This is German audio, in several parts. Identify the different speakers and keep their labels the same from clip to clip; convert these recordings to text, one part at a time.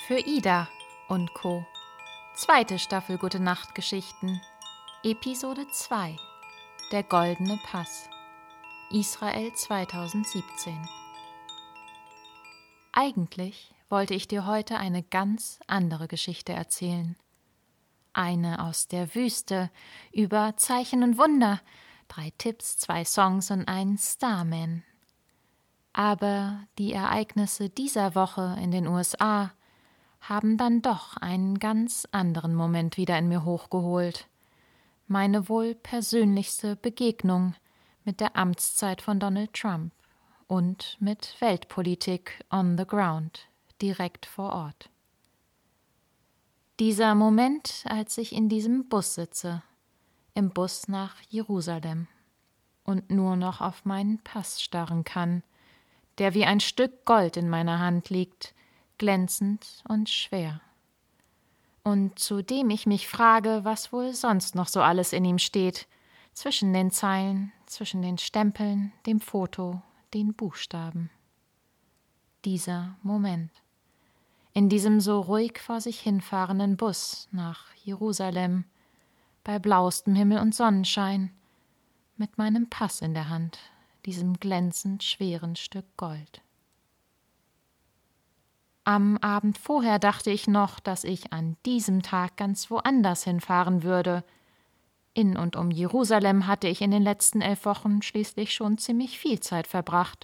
Speaker 1: Für Ida und Co. Zweite Staffel Gute-Nacht-Geschichten. Episode 2. Der goldene Pass. Israel 2017. Eigentlich wollte ich dir heute eine ganz andere Geschichte erzählen. Eine aus der Wüste, über Zeichen und Wunder, 3 Tipps, 2 Songs und einen Starman. Aber die Ereignisse dieser Woche in den USA haben dann doch einen ganz anderen Moment wieder in mir hochgeholt. Meine wohl persönlichste Begegnung mit der Amtszeit von Donald Trump und mit Weltpolitik on the ground, direkt vor Ort. Dieser Moment, als ich in diesem Bus sitze, im Bus nach Jerusalem und nur noch auf meinen Pass starren kann, der wie ein Stück Gold in meiner Hand liegt, glänzend und schwer. Und zu dem ich mich frage, was wohl sonst noch so alles in ihm steht, zwischen den Zeilen, zwischen den Stempeln, dem Foto, den Buchstaben. Dieser Moment. In diesem so ruhig vor sich hinfahrenden Bus nach Jerusalem, bei blauestem Himmel und Sonnenschein, mit meinem Pass in der Hand, diesem glänzend schweren Stück Gold. Am Abend vorher dachte ich noch, dass ich an diesem Tag ganz woanders hinfahren würde. In und um Jerusalem hatte ich in den letzten 11 Wochen schließlich schon ziemlich viel Zeit verbracht.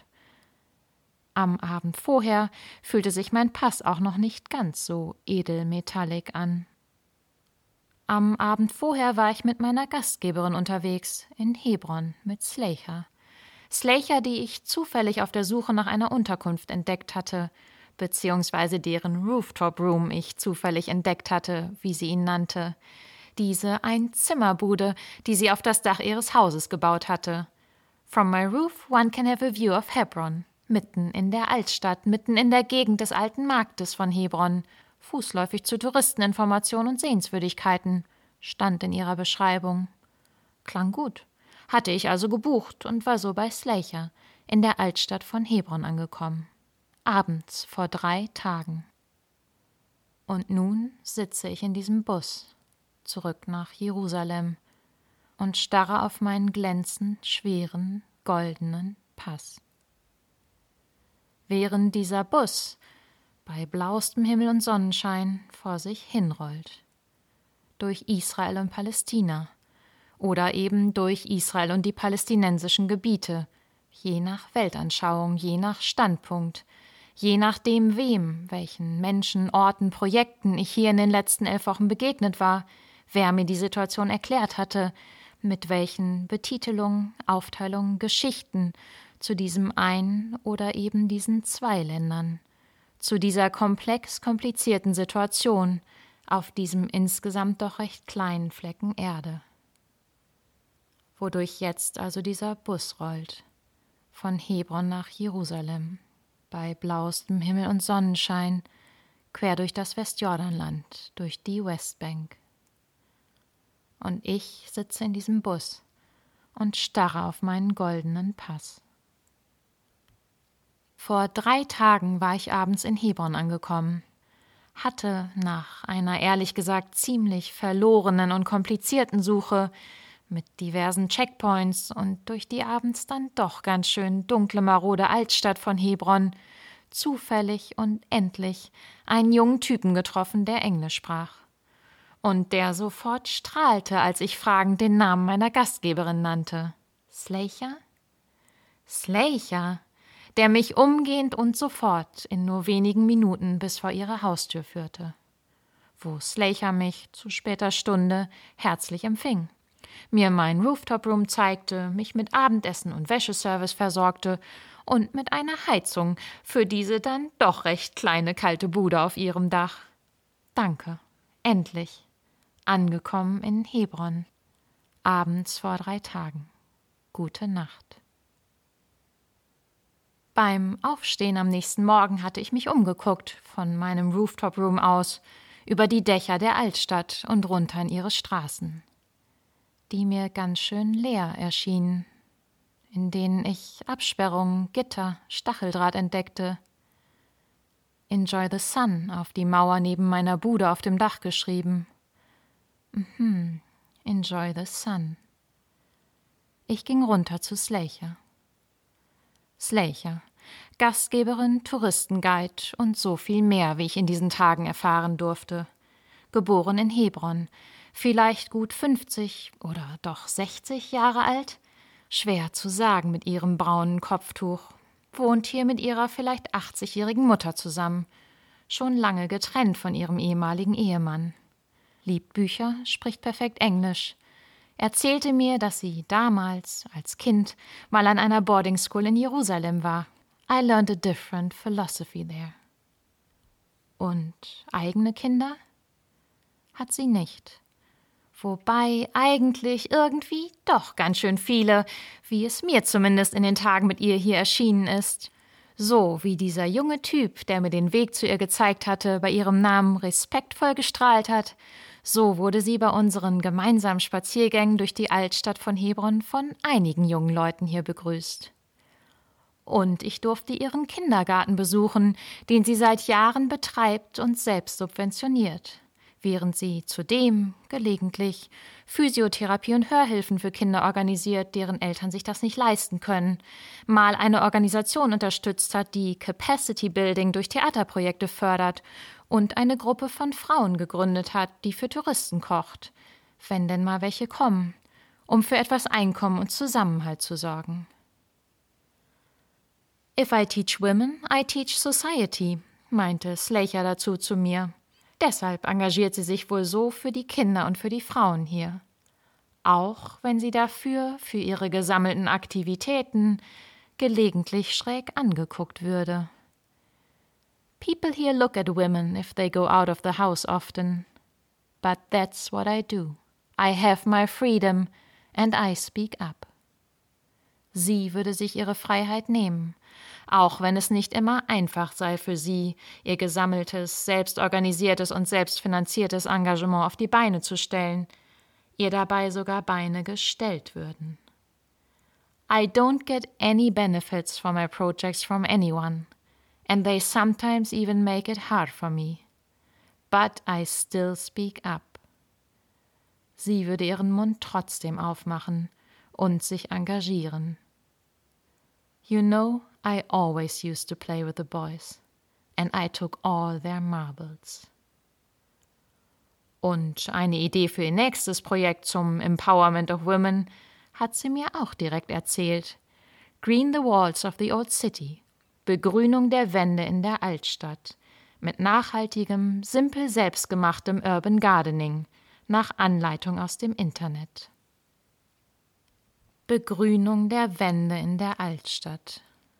Speaker 1: Am Abend vorher fühlte sich mein Pass auch noch nicht ganz so edelmetallic an. Am Abend vorher war ich mit meiner Gastgeberin unterwegs, in Hebron mit Sleicher. Sleicher, die ich zufällig auf der Suche nach einer Unterkunft entdeckt hatte, beziehungsweise deren Rooftop Room ich zufällig entdeckt hatte, wie sie ihn nannte. Diese Einzimmerbude, die sie auf das Dach ihres Hauses gebaut hatte. From my roof one can have a view of Hebron. Mitten in der Altstadt, mitten in der Gegend des alten Marktes von Hebron, fußläufig zu Touristeninformationen und Sehenswürdigkeiten, stand in ihrer Beschreibung. Klang gut. Hatte ich also gebucht und war so bei Sleicher, in der Altstadt von Hebron angekommen. Abends vor 3 Tagen. Und nun sitze ich in diesem Bus, zurück nach Jerusalem, und starre auf meinen glänzend schweren, goldenen Pass. Während dieser Bus bei blauestem Himmel und Sonnenschein vor sich hinrollt. Durch Israel und Palästina oder eben durch Israel und die palästinensischen Gebiete, je nach Weltanschauung, je nach Standpunkt, je nachdem welchen Menschen, Orten, Projekten ich hier in den letzten 11 Wochen begegnet war, wer mir die Situation erklärt hatte, mit welchen Betitelungen, Aufteilungen, Geschichten zu diesem ein oder eben diesen 2 Ländern, zu dieser komplex komplizierten Situation auf diesem insgesamt doch recht kleinen Flecken Erde. Wodurch jetzt also dieser Bus rollt, von Hebron nach Jerusalem, bei blauestem Himmel und Sonnenschein, quer durch das Westjordanland, durch die Westbank. Und ich sitze in diesem Bus und starre auf meinen goldenen Pass. Vor 3 Tagen war ich abends in Hebron angekommen, hatte nach einer ehrlich gesagt ziemlich verlorenen und komplizierten Suche mit diversen Checkpoints und durch die abends dann doch ganz schön dunkle, marode Altstadt von Hebron zufällig und endlich einen jungen Typen getroffen, der Englisch sprach. Und der sofort strahlte, als ich fragend den Namen meiner Gastgeberin nannte. Sleicher? Sleicher, der mich umgehend und sofort in nur wenigen Minuten bis vor ihre Haustür führte, wo Sleicher mich zu später Stunde herzlich empfing, mir meinen Rooftop-Room zeigte, mich mit Abendessen und Wäscheservice versorgte und mit einer Heizung für diese dann doch recht kleine kalte Bude auf ihrem Dach. Danke, endlich, angekommen in Hebron, abends vor 3 Tagen. Gute Nacht. Beim Aufstehen am nächsten Morgen hatte ich mich umgeguckt, von meinem Rooftop-Room aus, über die Dächer der Altstadt und runter in ihre Straßen, die mir ganz schön leer erschienen, in denen ich Absperrungen, Gitter, Stacheldraht entdeckte. Enjoy the Sun auf die Mauer neben meiner Bude auf dem Dach geschrieben. Enjoy the Sun. Ich ging runter zu Slacher. Slacher, Gastgeberin, Touristenguide und so viel mehr, wie ich in diesen Tagen erfahren durfte. Geboren in Hebron, vielleicht gut 50 oder doch 60 Jahre alt? Schwer zu sagen mit ihrem braunen Kopftuch. Wohnt hier mit ihrer vielleicht 80-jährigen Mutter zusammen. Schon lange getrennt von ihrem ehemaligen Ehemann. Liebt Bücher, spricht perfekt Englisch. Erzählte mir, dass sie damals, als Kind, mal an einer Boarding School in Jerusalem war. I learned a different philosophy there. Und eigene Kinder? Hat sie nicht. Wobei eigentlich irgendwie doch ganz schön viele, wie es mir zumindest in den Tagen mit ihr hier erschienen ist. So wie dieser junge Typ, der mir den Weg zu ihr gezeigt hatte, bei ihrem Namen respektvoll gestrahlt hat, so wurde sie bei unseren gemeinsamen Spaziergängen durch die Altstadt von Hebron von einigen jungen Leuten hier begrüßt. Und ich durfte ihren Kindergarten besuchen, den sie seit Jahren betreibt und selbst subventioniert, während sie zudem gelegentlich Physiotherapie und Hörhilfen für Kinder organisiert, deren Eltern sich das nicht leisten können, mal eine Organisation unterstützt hat, die Capacity Building durch Theaterprojekte fördert und eine Gruppe von Frauen gegründet hat, die für Touristen kocht, wenn denn mal welche kommen, um für etwas Einkommen und Zusammenhalt zu sorgen. If I teach women, I teach society, meinte Slacher dazu zu mir. Deshalb engagiert sie sich wohl so für die Kinder und für die Frauen hier. Auch wenn sie dafür, für ihre gesammelten Aktivitäten, gelegentlich schräg angeguckt würde. People here look at women if they go out of the house often. But that's what I do. I have my freedom and I speak up. Sie würde sich ihre Freiheit nehmen, auch wenn es nicht immer einfach sei für sie, ihr gesammeltes, selbstorganisiertes und selbstfinanziertes Engagement auf die Beine zu stellen, ihr dabei sogar Beine gestellt würden. I don't get any benefits from my projects from anyone, and they sometimes even make it hard for me. But I still speak up. Sie würde ihren Mund trotzdem aufmachen und sich engagieren. You know, I always used to play with the boys, and I took all their marbles. Und eine Idee für ihr nächstes Projekt zum Empowerment of Women hat sie mir auch direkt erzählt. Green the Walls of the Old City, Begrünung der Wände in der Altstadt, mit nachhaltigem, simpel selbstgemachtem Urban Gardening, nach Anleitung aus dem Internet. Begrünung der Wände in der Altstadt.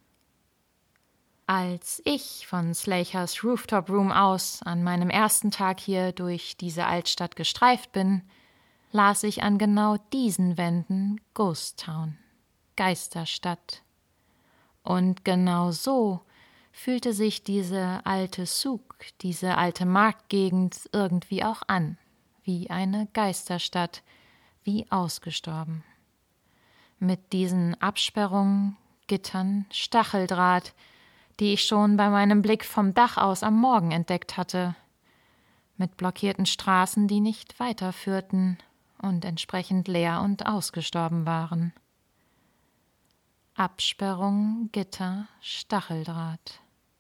Speaker 1: Als ich von Slachers Rooftop Room aus an meinem ersten Tag hier durch diese Altstadt gestreift bin, las ich an genau diesen Wänden Ghost Town, Geisterstadt. Und genau so fühlte sich diese alte Souk, diese alte Marktgegend irgendwie auch an, wie eine Geisterstadt, wie ausgestorben. Mit diesen Absperrungen, Gittern, Stacheldraht, die ich schon bei meinem Blick vom Dach aus am Morgen entdeckt hatte, mit blockierten Straßen, die nicht weiterführten und entsprechend leer und ausgestorben waren. Absperrung, Gitter, Stacheldraht.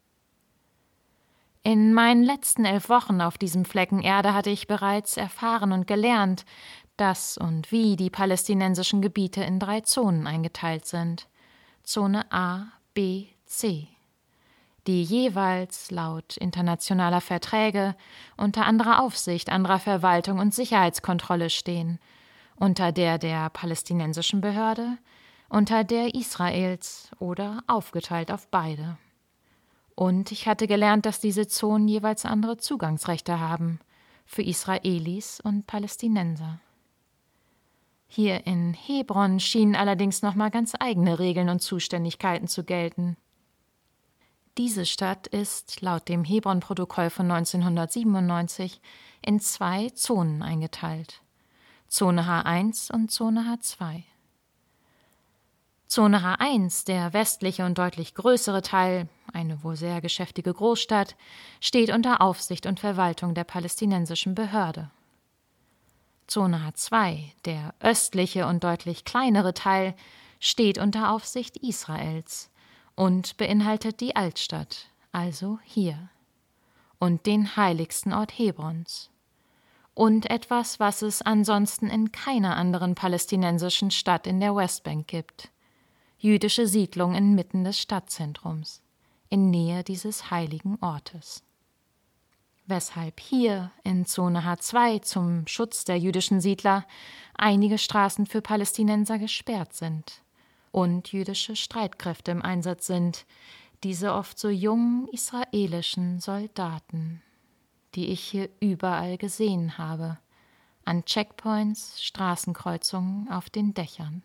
Speaker 1: In meinen letzten 11 Wochen auf diesem Flecken Erde hatte ich bereits erfahren und gelernt, dass und wie die palästinensischen Gebiete in 3 Zonen eingeteilt sind. Zone A, B, C, die jeweils laut internationaler Verträge unter anderer Aufsicht anderer Verwaltung und Sicherheitskontrolle stehen, unter der palästinensischen Behörde, unter der Israels oder aufgeteilt auf beide. Und ich hatte gelernt, dass diese Zonen jeweils andere Zugangsrechte haben, für Israelis und Palästinenser. Hier in Hebron schienen allerdings nochmal ganz eigene Regeln und Zuständigkeiten zu gelten. Diese Stadt ist laut dem Hebron-Protokoll von 1997 in 2 Zonen eingeteilt: Zone H1 und Zone H2. Zone H1, der westliche und deutlich größere Teil, eine wohl sehr geschäftige Großstadt, steht unter Aufsicht und Verwaltung der palästinensischen Behörde. Zone H2, der östliche und deutlich kleinere Teil, steht unter Aufsicht Israels und beinhaltet die Altstadt, also hier, und den heiligsten Ort Hebrons. Und etwas, was es ansonsten in keiner anderen palästinensischen Stadt in der Westbank gibt: jüdische Siedlungen inmitten des Stadtzentrums, in Nähe dieses heiligen Ortes. Weshalb hier in Zone H2 zum Schutz der jüdischen Siedler einige Straßen für Palästinenser gesperrt sind und jüdische Streitkräfte im Einsatz sind, diese oft so jungen israelischen Soldaten, die ich hier überall gesehen habe, an Checkpoints, Straßenkreuzungen, auf den Dächern.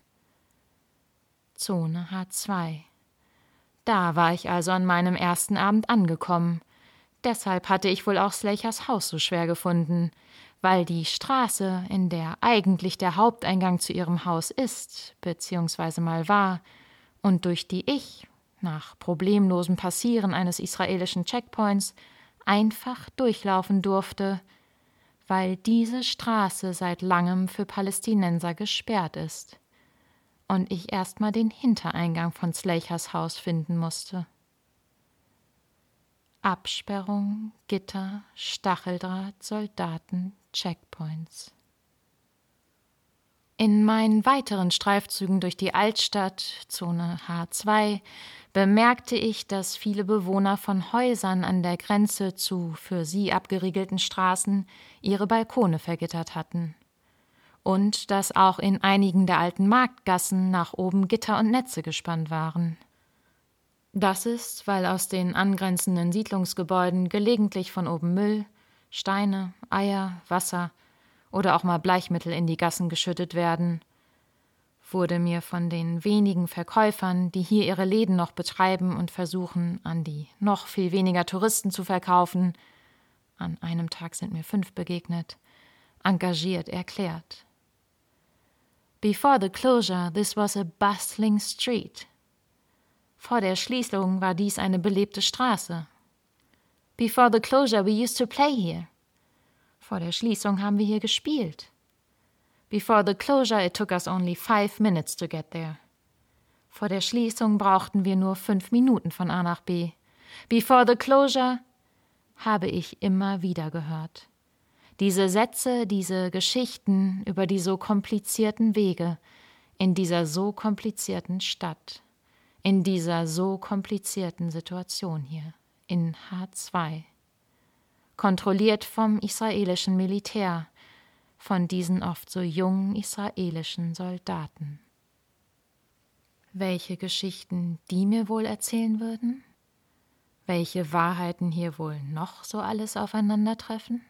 Speaker 1: Zone H2. Da war ich also an meinem ersten Abend angekommen. Deshalb hatte ich wohl auch Slechers Haus so schwer gefunden, weil die Straße, in der eigentlich der Haupteingang zu ihrem Haus ist, beziehungsweise mal war, und durch die ich, nach problemlosem Passieren eines israelischen Checkpoints, einfach durchlaufen durfte, weil diese Straße seit langem für Palästinenser gesperrt ist und ich erstmal den Hintereingang von Slechers Haus finden musste. Absperrung, Gitter, Stacheldraht, Soldaten, Checkpoints. In meinen weiteren Streifzügen durch die Altstadt, Zone H2, bemerkte ich, dass viele Bewohner von Häusern an der Grenze zu für sie abgeriegelten Straßen ihre Balkone vergittert hatten. Und dass auch in einigen der alten Marktgassen nach oben Gitter und Netze gespannt waren. Das ist, weil aus den angrenzenden Siedlungsgebäuden gelegentlich von oben Müll, Steine, Eier, Wasser oder auch mal Bleichmittel in die Gassen geschüttet werden, wurde mir von den wenigen Verkäufern, die hier ihre Läden noch betreiben und versuchen, an die noch viel weniger Touristen zu verkaufen, an einem Tag sind mir 5 begegnet, engagiert erklärt. Before the closure, this was a bustling street. Vor der Schließung war dies eine belebte Straße. Before the closure, we used to play here. Vor der Schließung haben wir hier gespielt. Before the closure, it took us only 5 minutes to get there. Vor der Schließung brauchten wir nur 5 Minuten von A nach B. Before the closure, habe ich immer wieder gehört. Diese Sätze, diese Geschichten über die so komplizierten Wege in dieser so komplizierten Stadt, in dieser so komplizierten Situation hier, in H2. Kontrolliert vom israelischen Militär, von diesen oft so jungen israelischen Soldaten. Welche Geschichten die mir wohl erzählen würden? Welche Wahrheiten hier wohl noch so alles aufeinandertreffen?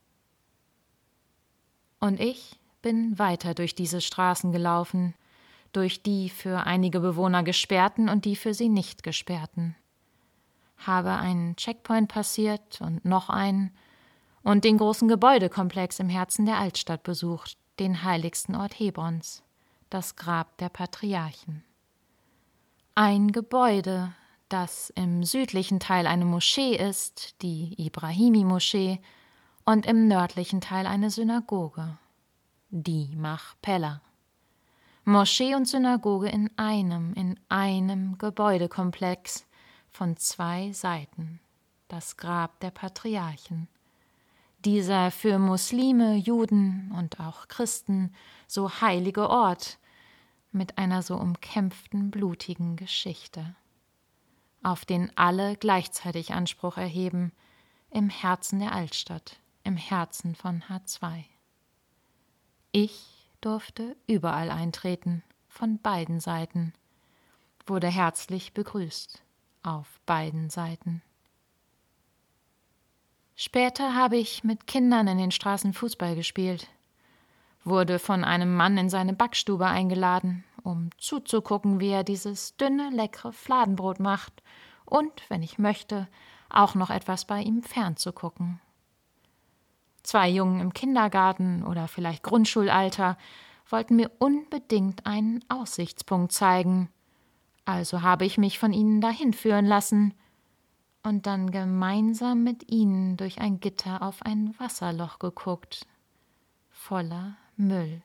Speaker 1: Und ich bin weiter durch diese Straßen gelaufen, durch die für einige Bewohner gesperrten und die für sie nicht gesperrten. Habe einen Checkpoint passiert und noch einen und den großen Gebäudekomplex im Herzen der Altstadt besucht, den heiligsten Ort Hebrons, das Grab der Patriarchen. Ein Gebäude, das im südlichen Teil eine Moschee ist, die Ibrahimi-Moschee, und im nördlichen Teil eine Synagoge, die Machpelah. Moschee und Synagoge in einem Gebäudekomplex von 2 Seiten, das Grab der Patriarchen. Dieser für Muslime, Juden und auch Christen so heilige Ort mit einer so umkämpften, blutigen Geschichte, auf den alle gleichzeitig Anspruch erheben, im Herzen der Altstadt, im Herzen von H2. Ich durfte überall eintreten, von beiden Seiten, wurde herzlich begrüßt, auf beiden Seiten. Später habe ich mit Kindern in den Straßen Fußball gespielt, wurde von einem Mann in seine Backstube eingeladen, um zuzugucken, wie er dieses dünne, leckere Fladenbrot macht und, wenn ich möchte, auch noch etwas bei ihm fernzugucken. 2 Jungen im Kindergarten oder vielleicht Grundschulalter wollten mir unbedingt einen Aussichtspunkt zeigen, also habe ich mich von ihnen dahin führen lassen, und dann gemeinsam mit ihnen durch ein Gitter auf ein Wasserloch geguckt, voller Müll.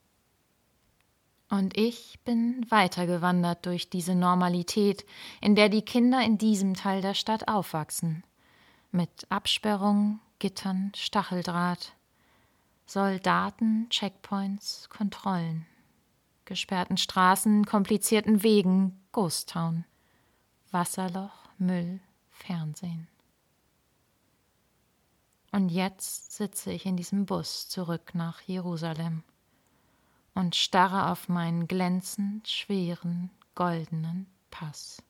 Speaker 1: Und ich bin weitergewandert durch diese Normalität, in der die Kinder in diesem Teil der Stadt aufwachsen. Mit Absperrungen, Gittern, Stacheldraht, Soldaten, Checkpoints, Kontrollen, gesperrten Straßen, komplizierten Wegen, Ghost Town, Wasserloch, Müll, Fernsehen. Und jetzt sitze ich in diesem Bus zurück nach Jerusalem und starre auf meinen glänzend schweren, goldenen Pass.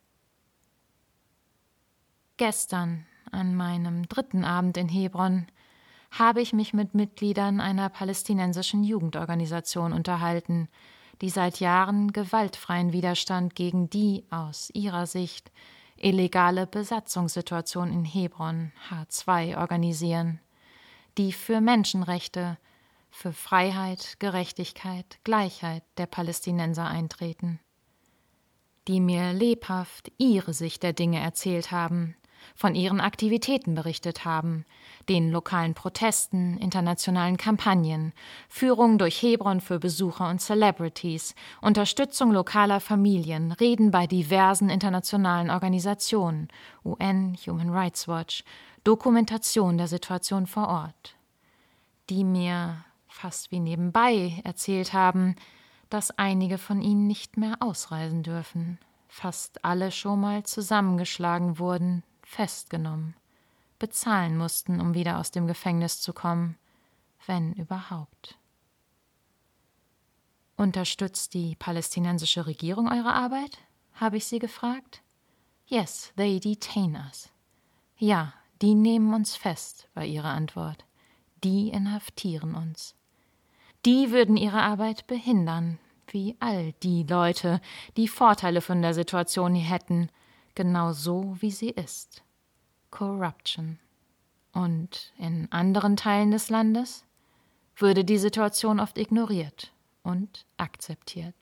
Speaker 1: Gestern, an meinem 3. Abend in Hebron, habe ich mich mit Mitgliedern einer palästinensischen Jugendorganisation unterhalten, die seit Jahren gewaltfreien Widerstand gegen die, aus ihrer Sicht, illegale Besatzungssituation in Hebron, H2, organisieren, die für Menschenrechte, für Freiheit, Gerechtigkeit, Gleichheit der Palästinenser eintreten, die mir lebhaft ihre Sicht der Dinge erzählt haben, von ihren Aktivitäten berichtet haben, den lokalen Protesten, internationalen Kampagnen, Führung durch Hebron für Besucher und Celebrities, Unterstützung lokaler Familien, Reden bei diversen internationalen Organisationen, UN, Human Rights Watch, Dokumentation der Situation vor Ort, die mir fast wie nebenbei erzählt haben, dass einige von ihnen nicht mehr ausreisen dürfen, fast alle schon mal zusammengeschlagen wurden, festgenommen, bezahlen mussten, um wieder aus dem Gefängnis zu kommen, wenn überhaupt. Unterstützt die palästinensische Regierung eure Arbeit? Habe ich sie gefragt. Yes, they detain us. Ja, die nehmen uns fest, war ihre Antwort. Die inhaftieren uns. Die würden ihre Arbeit behindern, wie all die Leute, die Vorteile von der Situation hier hätten, genau so, wie sie ist. Corruption. Und in anderen Teilen des Landes würde die Situation oft ignoriert und akzeptiert.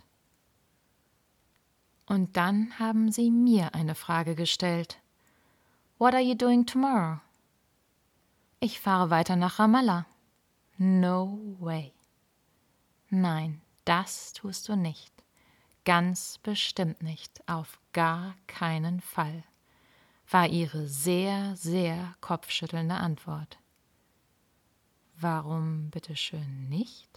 Speaker 1: Und dann haben sie mir eine Frage gestellt. What are you doing tomorrow? Ich fahre weiter nach Ramallah. No way. Nein, das tust du nicht. Ganz bestimmt nicht, auf gar keinen Fall, war ihre sehr, sehr kopfschüttelnde Antwort. Warum bitteschön nicht?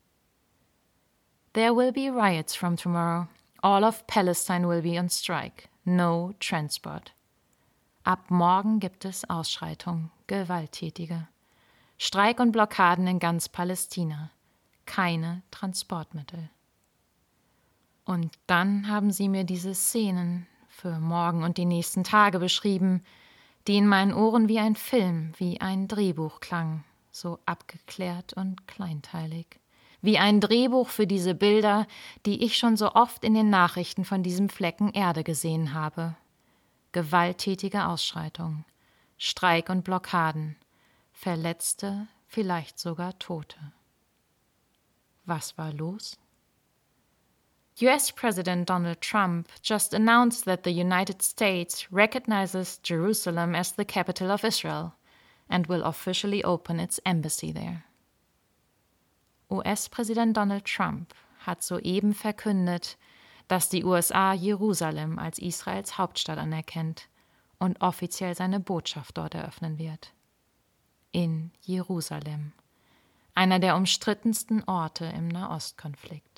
Speaker 1: There will be riots from tomorrow. All of Palestine will be on strike. No transport. Ab morgen gibt es Ausschreitungen, gewalttätige. Streik und Blockaden in ganz Palästina. Keine Transportmittel. Und dann haben sie mir diese Szenen für morgen und die nächsten Tage beschrieben, die in meinen Ohren wie ein Film, wie ein Drehbuch klangen, so abgeklärt und kleinteilig. Wie ein Drehbuch für diese Bilder, die ich schon so oft in den Nachrichten von diesem Flecken Erde gesehen habe. Gewalttätige Ausschreitungen, Streik und Blockaden, Verletzte, vielleicht sogar Tote. Was war los? US President Donald Trump just announced that the United States recognizes Jerusalem as the capital of Israel and will officially open its embassy there. US-Präsident Donald Trump hat soeben verkündet, dass die USA Jerusalem als Israels Hauptstadt anerkennt und offiziell seine Botschaft dort eröffnen wird. In Jerusalem, einer der umstrittensten Orte im Nahostkonflikt.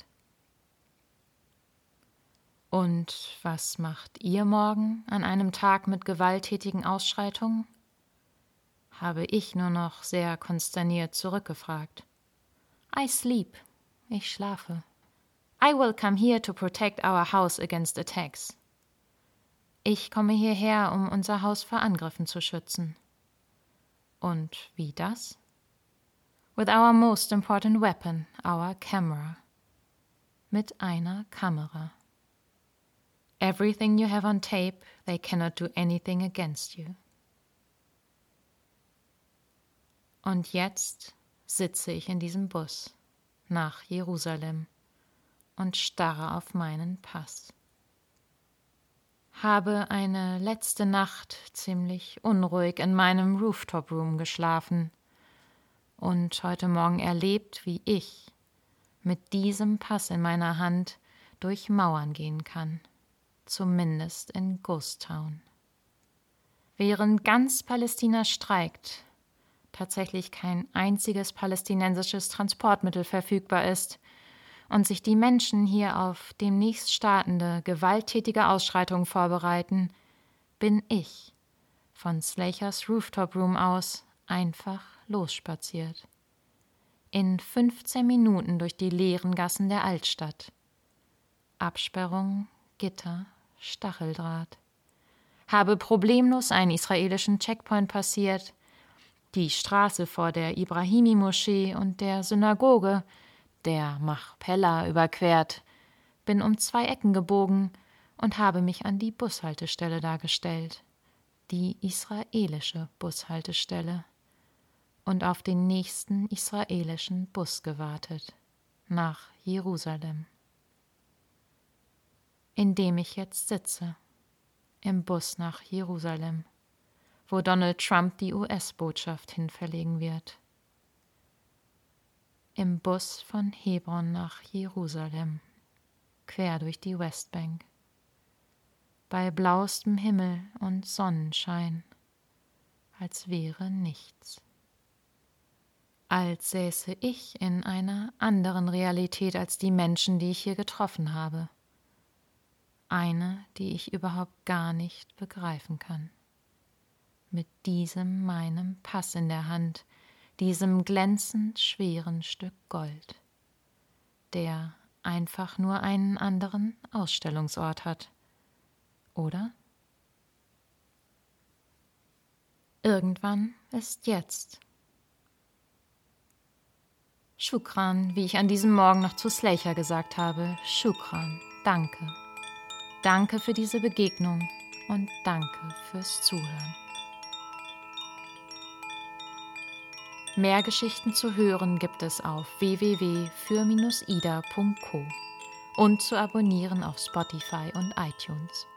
Speaker 1: Und was macht ihr morgen an einem Tag mit gewalttätigen Ausschreitungen? Habe ich nur noch sehr konsterniert zurückgefragt. I sleep. Ich schlafe. I will come here to protect our house against attacks. Ich komme hierher, um unser Haus vor Angriffen zu schützen. Und wie das? With our most important weapon, our camera. Mit einer Kamera. Everything you have on tape, they cannot do anything against you. Und jetzt sitze ich in diesem Bus nach Jerusalem und starre auf meinen Pass. Habe eine letzte Nacht ziemlich unruhig in meinem Rooftop-Room geschlafen und heute Morgen erlebt, wie ich mit diesem Pass in meiner Hand durch Mauern gehen kann, zumindest in Ghost Town. Während ganz Palästina streikt, tatsächlich kein einziges palästinensisches Transportmittel verfügbar ist und sich die Menschen hier auf demnächst startende gewalttätige Ausschreitungen vorbereiten, bin ich von Slachers Rooftop Room aus einfach losspaziert. In 15 Minuten durch die leeren Gassen der Altstadt. Absperrung, Gitter, Stacheldraht. Habe problemlos einen israelischen Checkpoint passiert, die Straße vor der Ibrahimi-Moschee und der Synagoge, der Machpelah, überquert, bin um 2 Ecken gebogen und habe mich an die Bushaltestelle dargestellt, die israelische Bushaltestelle, und auf den nächsten israelischen Bus gewartet, nach Jerusalem. In dem ich jetzt sitze, im Bus nach Jerusalem, wo Donald Trump die US-Botschaft hinverlegen wird. Im Bus von Hebron nach Jerusalem, quer durch die Westbank. Bei blauestem Himmel und Sonnenschein, als wäre nichts. Als säße ich in einer anderen Realität als die Menschen, die ich hier getroffen habe. Eine, die ich überhaupt gar nicht begreifen kann. Mit diesem meinem Pass in der Hand, diesem glänzend schweren Stück Gold, der einfach nur einen anderen Ausstellungsort hat. Oder? Irgendwann ist jetzt. Shukran, wie ich an diesem Morgen noch zu Slacher gesagt habe. Shukran, danke. Danke für diese Begegnung und danke fürs Zuhören. Mehr Geschichten zu hören gibt es auf www.für-ida.co und zu abonnieren auf Spotify und iTunes.